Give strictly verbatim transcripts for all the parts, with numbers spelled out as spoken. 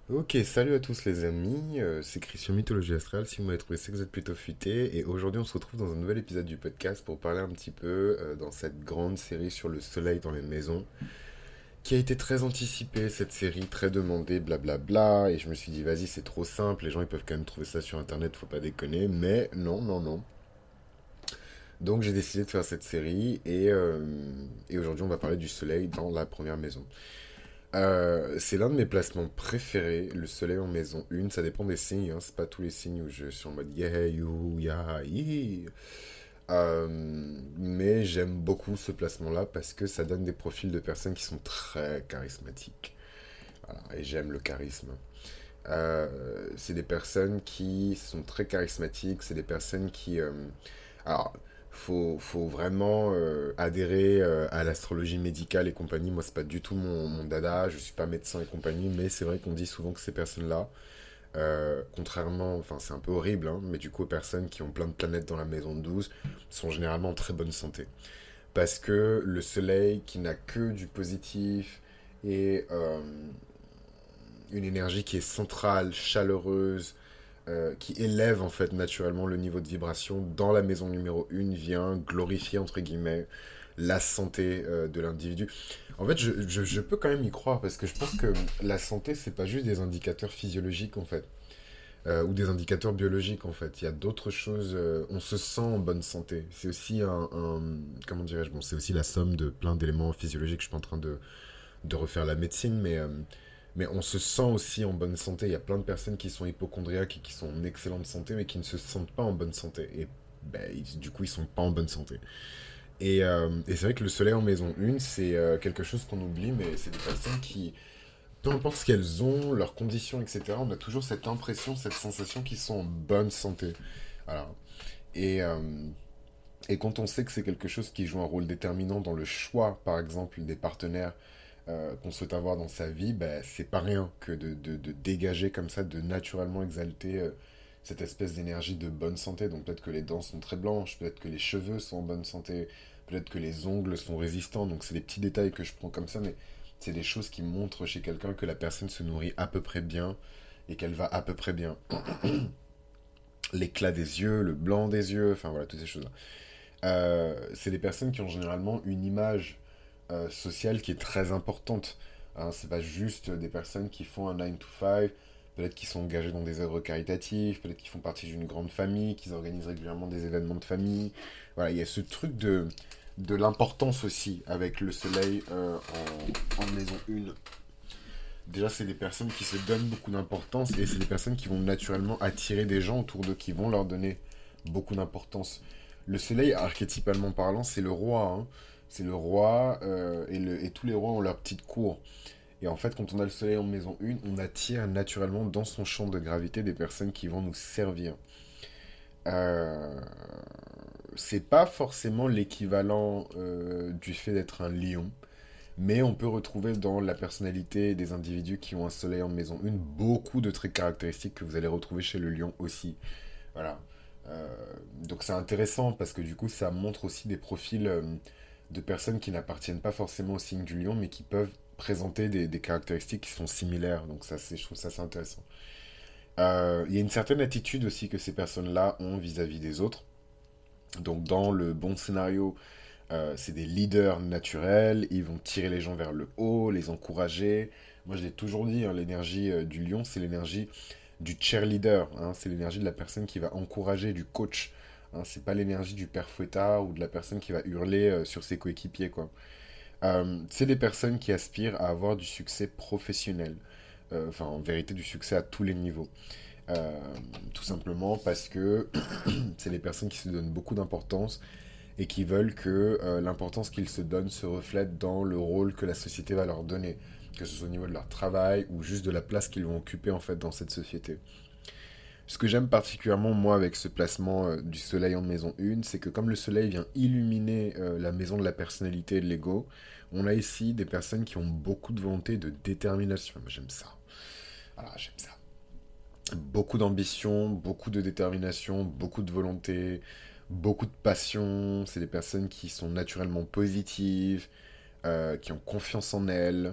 Ok, salut à tous les amis, euh, c'est Christian Mythologie Astrale, si vous m'avez trouvé c'est que vous êtes plutôt futé, et aujourd'hui on se retrouve dans un nouvel épisode du podcast pour parler un petit peu euh, dans cette grande série sur le soleil dans les maisons, qui a été très anticipée, cette série, très demandée, blablabla, et je me suis dit vas-y c'est trop simple, les gens ils peuvent quand même trouver ça sur internet, faut pas déconner, mais non, non, non. Donc j'ai décidé de faire cette série, et, euh, et aujourd'hui on va parler du soleil dans la première maison. Euh, c'est l'un de mes placements préférés, le soleil en maison un. Ça dépend des signes, hein, c'est pas tous les signes où je suis en mode yeah, you, yeah, yeah. Euh, mais j'aime beaucoup ce placement-là parce que ça donne des profils de personnes qui sont très charismatiques. Voilà, et j'aime le charisme. Euh, c'est des personnes qui sont très charismatiques, c'est des personnes qui... euh, alors, faut, faut vraiment euh, adhérer euh, à l'astrologie médicale et compagnie. Moi, c'est pas du tout mon, mon dada, je suis pas médecin et compagnie, mais c'est vrai qu'on dit souvent que ces personnes-là, euh, contrairement, enfin c'est un peu horrible, hein, mais du coup, aux personnes qui ont plein de planètes dans la maison de douze, sont généralement en très bonne santé. Parce que le soleil qui n'a que du positif et euh, une énergie qui est centrale, chaleureuse, euh, qui élève en fait naturellement le niveau de vibration dans la maison numéro un vient glorifier entre guillemets la santé euh, de l'individu. En fait, je, je, je peux quand même y croire parce que je pense que la santé, c'est pas juste des indicateurs physiologiques en fait, euh, ou des indicateurs biologiques en fait. Il y a d'autres choses. Euh, on se sent en bonne santé. C'est aussi un, un- comment dirais-je, bon, c'est aussi la somme de plein d'éléments physiologiques. Je suis pas en train de, de refaire la médecine, mais euh, mais on se sent aussi en bonne santé. Il y a plein de personnes qui sont hypochondriaques et qui sont en excellente santé, mais qui ne se sentent pas en bonne santé. Et ben, ils- du coup, ils sont pas en bonne santé. Et, euh, et c'est vrai que le soleil en maison un, c'est euh, quelque chose qu'on oublie, mais c'est des personnes qui, peu importe ce qu'elles ont, leurs conditions, et cetera, on a toujours cette impression, cette sensation qu'ils sont en bonne santé. Voilà. Et, euh, et quand on sait que c'est quelque chose qui joue un rôle déterminant dans le choix, par exemple, des partenaires euh, qu'on souhaite avoir dans sa vie, bah, c'est pas rien que de, de- de dégager comme ça, de naturellement exalter euh, cette espèce d'énergie de bonne santé. Donc peut-être que les dents sont très blanches, peut-être que les cheveux sont en bonne santé, peut-être que les ongles sont résistants. Donc c'est des petits détails que je prends comme ça, mais c'est des choses qui montrent chez quelqu'un que la personne se nourrit à peu près bien et qu'elle va à peu près bien. L'éclat des yeux, le blanc des yeux, enfin voilà, toutes ces choses-là. Euh, c'est des personnes qui ont généralement une image euh, sociale qui est très importante. Hein, c'est pas juste des personnes qui font un nine to five, peut-être qu'ils sont engagés dans des œuvres caritatives, peut-être qu'ils font partie d'une grande famille, qu'ils organisent régulièrement des événements de famille. Voilà, il y a ce truc de, de l'importance aussi avec le soleil euh, en, en maison un. Déjà, c'est des personnes qui se donnent beaucoup d'importance et c'est des personnes qui vont naturellement attirer des gens autour d'eux qui vont leur donner beaucoup d'importance. Le soleil, archétypalement parlant, c'est le roi. Hein. C'est le roi euh, et, le- et tous les rois ont leur petite cour. Et en fait, quand on a le soleil en maison un, on attire naturellement dans son champ de gravité des personnes qui vont nous servir. Euh, c'est pas forcément l'équivalent euh, du fait d'être un lion. Mais on peut retrouver dans la personnalité des individus qui ont un soleil en maison un beaucoup de traits caractéristiques que vous allez retrouver chez le lion aussi. Voilà. Euh, donc c'est intéressant parce que du coup ça montre aussi des profils euh, de personnes qui n'appartiennent pas forcément au signe du lion mais qui peuvent présenter des, des caractéristiques qui sont similaires. Donc ça, c'est, je trouve ça c'est intéressant. Euh, Il y a une certaine attitude aussi que ces personnes-là ont vis-à-vis des autres. Donc dans le bon scénario, euh, c'est des leaders naturels, ils vont tirer les gens vers le haut, les encourager. Moi, je l'ai toujours dit, hein, l'énergie euh, du lion, c'est l'énergie du cheerleader, hein, c'est l'énergie de la personne qui va encourager, du coach. Hein, c'est pas l'énergie du père fouettard ou de la personne qui va hurler euh, sur ses coéquipiers, quoi. Euh, c'est des personnes qui aspirent à avoir du succès professionnel. Euh, Enfin, en vérité, du succès à tous les niveaux. Euh, Tout simplement parce que c'est les personnes qui se donnent beaucoup d'importance et qui veulent que euh, l'importance qu'ils se donnent se reflète dans le rôle que la société va leur donner, que ce soit au niveau de leur travail ou juste de la place qu'ils vont occuper en fait dans cette société. Ce que j'aime particulièrement moi avec ce placement euh, du soleil en maison un, c'est que comme le soleil vient illuminer euh, la maison de la personnalité et de l'ego, on a ici des personnes qui ont beaucoup de volonté et de détermination. Moi j'aime ça. Voilà, j'aime ça. Beaucoup d'ambition, beaucoup de détermination, beaucoup de volonté, beaucoup de passion. C'est des personnes qui sont naturellement positives, euh, qui ont confiance en elles,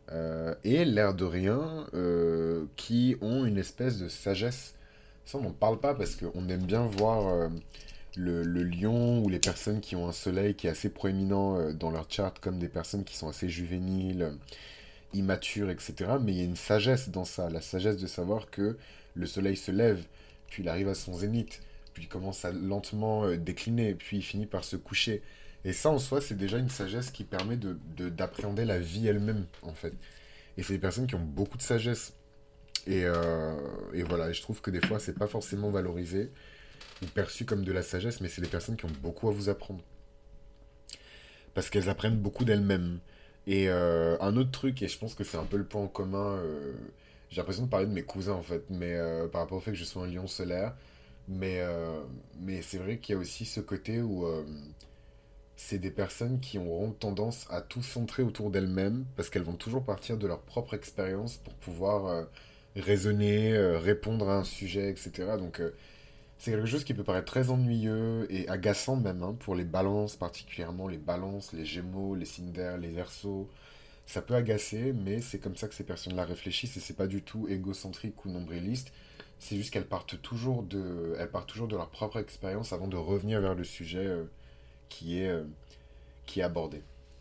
euh, et l'air de rien, euh, qui ont une espèce de sagesse. Ça, on n'en parle pas parce qu'on aime bien voir euh, le, le lion ou les personnes qui ont un soleil qui est assez proéminent euh, dans leur chart comme des personnes qui sont assez juvéniles, euh, immatures, et cetera. Mais il y a une sagesse dans ça, la sagesse de savoir que le soleil se lève, puis il arrive à son zénith, puis il commence à lentement euh, décliner, puis il finit par se coucher. Et ça, en soi, c'est déjà une sagesse qui permet de, de- d'appréhender la vie elle-même, en fait. Et c'est des personnes qui ont beaucoup de sagesse. Et, euh, et voilà, et je trouve que des fois, c'est pas forcément valorisé ou perçu comme de la sagesse, mais c'est des personnes qui ont beaucoup à vous apprendre. Parce qu'elles apprennent beaucoup d'elles-mêmes. Et euh, un autre truc, et je pense que c'est un peu le point en commun, euh, j'ai l'impression de parler de mes cousins en fait, mais euh, par rapport au fait que je sois un lion solaire, mais, euh, mais c'est vrai qu'il y a aussi ce côté où euh, c'est des personnes qui auront tendance à tout centrer autour d'elles-mêmes, parce qu'elles vont toujours partir de leur propre expérience pour pouvoir euh, raisonner, euh, répondre à un sujet, et cetera. Donc euh, c'est quelque chose qui peut paraître très ennuyeux et agaçant même, hein, pour les balances, particulièrement les balances, les gémeaux, les signes d'air, les versos. Ça peut agacer, mais c'est comme ça que ces personnes-là réfléchissent et c'est pas du tout égocentrique ou nombriliste. C'est juste qu'elles partent toujours de, elles partent toujours de leur propre expérience avant de revenir vers le sujet euh, qui est, euh, qui est abordé.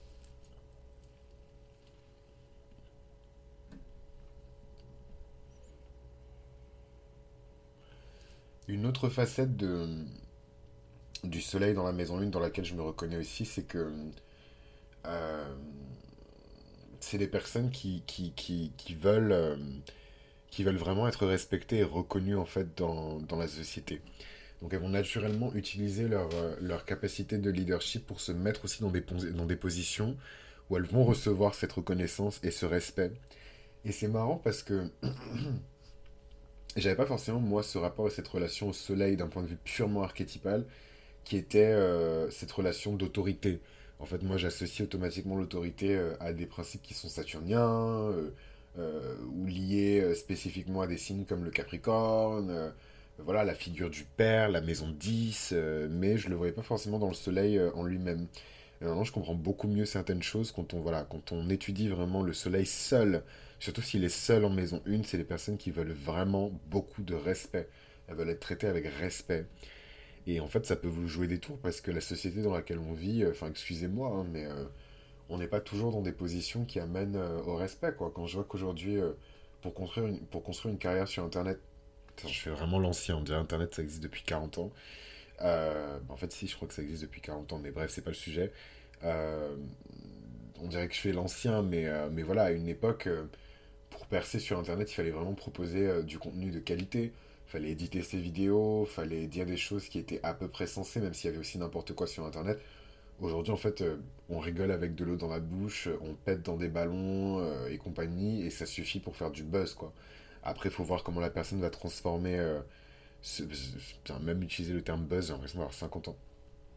Une autre facette de, du soleil dans la maison une dans laquelle je me reconnais aussi, c'est que euh, c'est des personnes qui, qui, qui, qui veulent, euh, qui veulent vraiment être respectées et reconnues en fait dans, dans la société. Donc elles vont naturellement utiliser leur, euh, leur capacité de leadership pour se mettre aussi dans des, pos- dans des positions où elles vont recevoir cette reconnaissance et ce respect. Et c'est marrant parce que j'avais pas forcément moi ce rapport et cette relation au soleil d'un point de vue purement archétypal qui était euh, cette relation d'autorité. En fait, moi, j'associe automatiquement l'autorité euh, à des principes qui sont saturniens, euh, euh, ou liés euh, spécifiquement à des signes comme le Capricorne, euh, voilà, la figure du père, la maison dix, euh, mais je ne le voyais pas forcément dans le soleil euh, en lui-même. Et maintenant, je comprends beaucoup mieux certaines choses quand on, voilà, quand on étudie vraiment le soleil seul, surtout s'il est seul en maison une, c'est les personnes qui veulent vraiment beaucoup de respect. Elles veulent être traitées avec respect. Et en fait, ça peut vous jouer des tours parce que la société dans laquelle on vit, euh, enfin, excusez-moi, hein, mais euh, on n'est pas toujours dans des positions qui amènent euh, au respect, quoi. Quand je vois qu'aujourd'hui, euh, pour construire une, pour construire une carrière sur Internet, putain, je fais vraiment l'ancien, on dirait Internet, ça existe depuis quarante ans. Euh, en fait, si, je crois que ça existe depuis quarante ans, mais bref, c'est pas le sujet. Euh, on dirait que je fais l'ancien, mais, euh, mais voilà, à une époque, euh, pour percer sur Internet, il fallait vraiment proposer euh, du contenu de qualité. Il fallait éditer ses vidéos, il fallait dire des choses qui étaient à peu près sensées, même s'il y avait aussi n'importe quoi sur Internet. Aujourd'hui, en fait, euh, on rigole avec de l'eau dans la bouche, on pète dans des ballons euh, et compagnie, et ça suffit pour faire du buzz, quoi. Après, il faut voir comment la personne va transformer, euh, ce- ce- putain, même utiliser le terme buzz, j'ai l'impression d'avoir cinquante ans.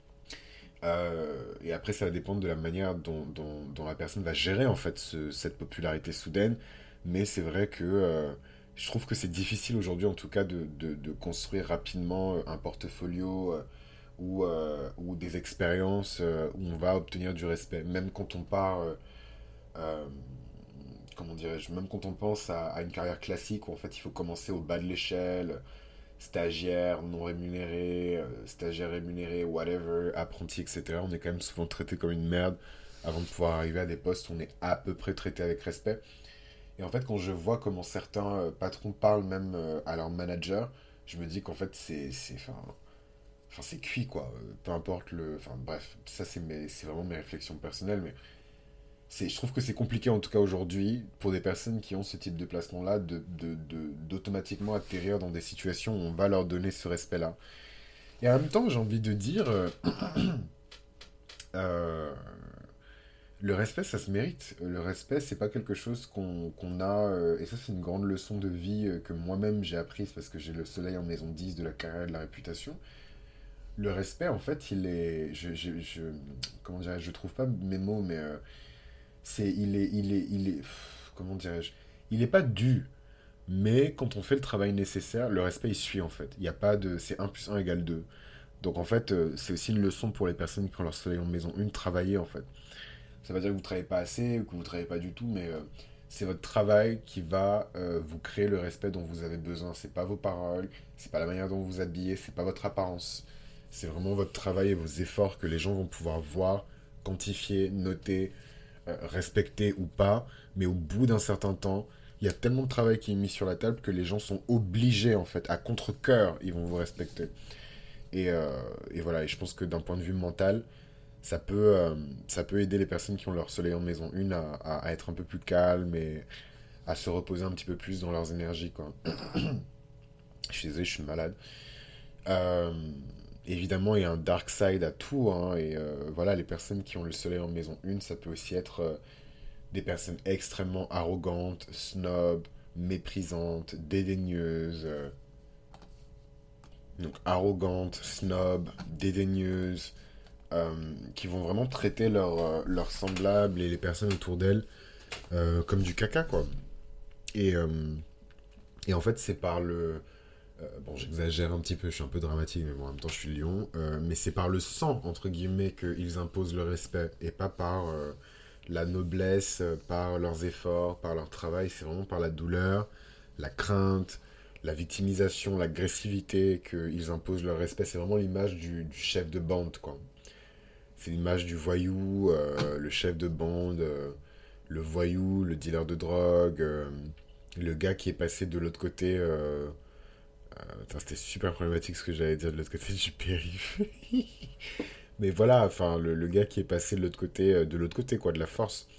Euh, et après, ça va dépendre de la manière dont, dont- dont la personne va gérer en fait ce- cette popularité soudaine. Mais c'est vrai que euh, je trouve que c'est difficile aujourd'hui, en tout cas, de, de- de construire rapidement euh, un portfolio euh, ou, euh, ou des expériences euh, où on va obtenir du respect. Même quand on part, euh, euh, comment dirais-je, même quand on pense à, à une carrière classique où en fait il faut commencer au bas de l'échelle, stagiaire, non rémunéré, euh, stagiaire rémunéré, whatever, apprenti, et cetera. On est quand même souvent traité comme une merde avant de pouvoir arriver à des postes où on est à peu près traité avec respect. Et en fait, quand je vois comment certains euh, patrons parlent même euh, à leur manager, je me dis qu'en fait, c'est, c'est, enfin, enfin, c'est cuit, quoi. Euh, Peu importe le... Enfin, bref, ça, c'est mes, c'est vraiment mes réflexions personnelles, mais c'est, je trouve que c'est compliqué, en tout cas aujourd'hui, pour des personnes qui ont ce type de placement-là, de, de, de- d'automatiquement atterrir dans des situations où on va leur donner ce respect-là. Et en même temps, j'ai envie de dire, euh, euh, le respect, ça se mérite. Le respect, c'est pas quelque chose qu'on qu'on a. Euh, et ça, c'est une grande leçon de vie euh, que moi-même j'ai apprise parce que j'ai le soleil en maison dix de la carrière et de la réputation. Le respect, en fait, il est. Je, je, je- comment dirais-je? Je trouve pas mes mots, mais euh, c'est. Il est. Il est. Il est. Pff, comment dirais-je? Il est pas dû. Mais quand on fait le travail nécessaire, le respect, il suit, en fait. Il n'y a pas de. C'est un plus un égale deux. Donc en fait, euh, c'est aussi une leçon pour les personnes qui ont leur soleil en maison une, travailler en fait. Ça veut dire que vous ne travaillez pas assez ou que vous ne travaillez pas du tout, mais euh, C'est votre travail qui va euh, vous créer le respect dont vous avez besoin. C'est pas vos paroles, c'est pas la manière dont vous vous habillez, c'est pas votre apparence. C'est vraiment votre travail et vos efforts que les gens vont pouvoir voir, quantifier, noter, euh, respecter ou pas. Mais au bout d'un certain temps, il y a tellement de travail qui est mis sur la table que les gens sont obligés, en fait, à contre-cœur, ils vont vous respecter. Et, euh, et voilà, et je pense que d'un point de vue mental, ça peut, euh, ça peut aider les personnes qui ont leur soleil en maison une à, à- à être un peu plus calmes et à se reposer un petit peu plus dans leurs énergies, quoi. Je suis désolé, je suis malade. Euh, Évidemment, il y a un dark side à tout, hein, et euh, voilà, les personnes qui ont le soleil en maison une, ça peut aussi être euh, des personnes extrêmement arrogantes, snobs, méprisantes, dédaigneuses. euh, donc arrogantes, snobs, dédaigneuses, euh, qui vont vraiment traiter leurs euh, leurs semblables et les personnes autour d'elles euh, comme du caca, quoi. Et, euh, et en fait, c'est par le... euh, bon, j'exagère un petit peu, je suis un peu dramatique, mais bon, en même temps, je suis lion. Euh, mais c'est par le sang, entre guillemets, qu'ils imposent le respect, et pas par euh, la noblesse, euh, par leurs efforts, par leur travail. C'est vraiment par la douleur, la crainte, la victimisation, l'agressivité qu'ils imposent leur respect. C'est vraiment l'image du, du chef de bande, quoi. C'est l'image du voyou, euh, le chef de bande, euh, le voyou, le dealer de drogue, euh, le gars qui est passé de l'autre côté. Euh, attends, c'était super problématique ce que j'allais dire de l'autre côté du périph'. Mais voilà, enfin, le, le gars qui est passé de l'autre côté, euh, de l'autre côté, quoi, de la force,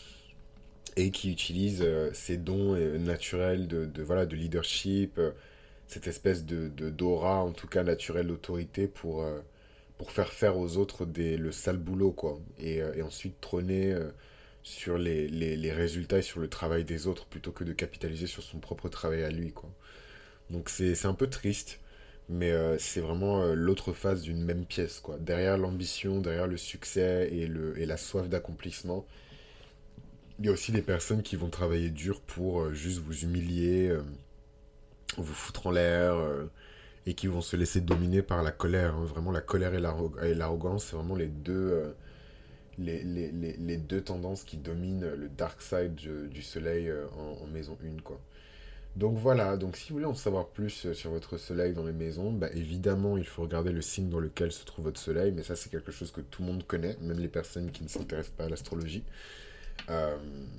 et qui utilise euh, ses dons euh, naturels de, de, voilà, de leadership, euh, cette espèce de, de d'aura, en tout cas naturelle d'autorité pour, euh, pour faire faire aux autres des, le sale boulot, quoi. Et, euh, et ensuite trôner euh, sur les, les, les résultats et sur le travail des autres plutôt que de capitaliser sur son propre travail à lui, quoi. Donc c'est c'est un peu triste, mais euh, c'est vraiment euh, l'autre face d'une même pièce, quoi. Derrière l'ambition, derrière le succès et, le, et la soif d'accomplissement, il y a aussi des personnes qui vont travailler dur pour euh, juste vous humilier, euh, vous foutre en l'air, euh, et qui vont se laisser dominer par la colère, hein. Vraiment, la colère et l'arro- et l'arrogance, c'est vraiment les deux, euh, les, les, les, les deux tendances qui dominent le dark side du, du soleil euh, en, en maison une, quoi. Donc voilà, donc si vous voulez en savoir plus euh, sur votre soleil dans les maisons, bah évidemment il faut regarder le signe dans lequel se trouve votre soleil, mais ça c'est quelque chose que tout le monde connaît, même les personnes qui ne s'intéressent pas à l'astrologie. Euh,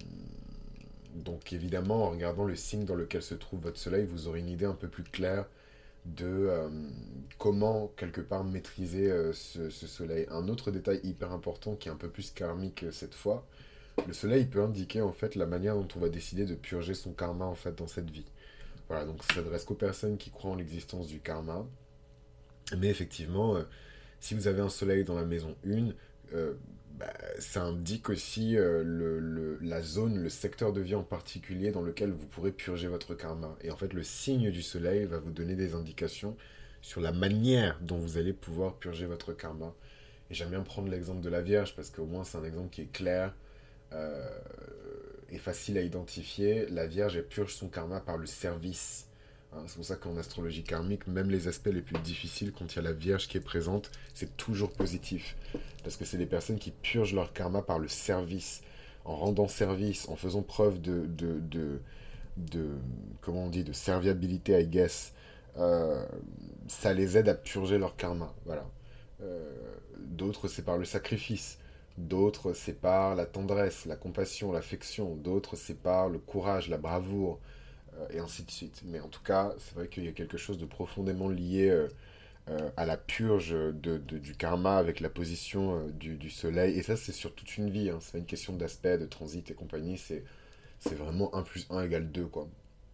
donc évidemment en regardant le signe dans lequel se trouve votre soleil, vous aurez une idée un peu plus claire de euh, comment quelque part maîtriser euh, ce, ce soleil. Un autre détail hyper important qui est un peu plus karmique euh, cette fois, le soleil il peut indiquer en fait la manière dont on va décider de purger son karma en fait dans cette vie. Voilà, donc ça s'adresse qu'aux personnes qui croient en l'existence du karma. Mais effectivement, euh, si vous avez un soleil dans la maison un, euh, bah, ça indique aussi euh, le, le- la zone, le secteur de vie en particulier dans lequel vous pourrez purger votre karma. Et en fait, le signe du soleil va vous donner des indications sur la manière dont vous allez pouvoir purger votre karma. Et j'aime bien prendre l'exemple de la Vierge parce qu'au moins c'est un exemple qui est clair euh, et facile à identifier. La Vierge, elle purge son karma par le service. Hein, c'est pour ça qu'en astrologie karmique, même les aspects les plus difficiles, quand il y a la Vierge qui est présente, c'est toujours positif. Parce que c'est des personnes qui purgent leur karma par le service, en rendant service, en faisant preuve de, de, de, de comment on dit, de serviabilité, I guess. Euh, Ça les aide à purger leur karma. Voilà. Euh, D'autres, c'est par le sacrifice. D'autres, c'est par la tendresse, la compassion, l'affection. D'autres, c'est par le courage, la bravoure, euh, et ainsi de suite. Mais en tout cas, c'est vrai qu'il y a quelque chose de profondément lié euh, euh, à la purge de, de- du karma avec la position euh, du, du soleil. Et ça, c'est sur toute une vie, hein. C'est pas une question d'aspect, de transit et compagnie. C'est, c'est vraiment un plus un égale deux, quoi.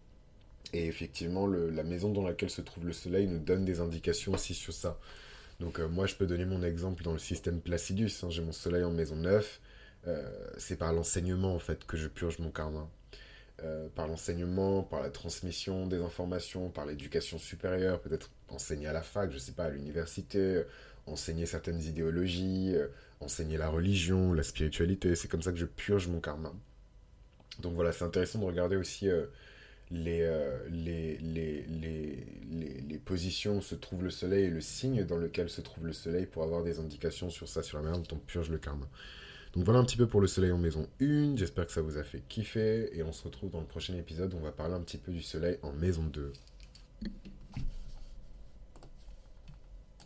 Et effectivement, le- la maison dans laquelle se trouve le soleil nous donne des indications aussi sur ça. Donc euh, moi, je peux donner mon exemple dans le système Placidus, hein. J'ai mon soleil en maison neuf. Euh, c'est par l'enseignement, en fait, que je purge mon karma. Euh, par l'enseignement, par la transmission des informations, par l'éducation supérieure, peut-être enseigner à la fac, je sais pas, à l'université, euh, enseigner certaines idéologies, euh, enseigner la religion, la spiritualité. C'est comme ça que je purge mon karma. Donc voilà, c'est intéressant de regarder aussi euh, les, euh, les, les, les, les, les positions où se trouve le soleil et le signe dans lequel se trouve le soleil pour avoir des indications sur ça, sur la manière dont on purge le karma. Donc voilà un petit peu pour le soleil en maison un, j'espère que ça vous a fait kiffer, et on se retrouve dans le prochain épisode où on va parler un petit peu du soleil en maison deux.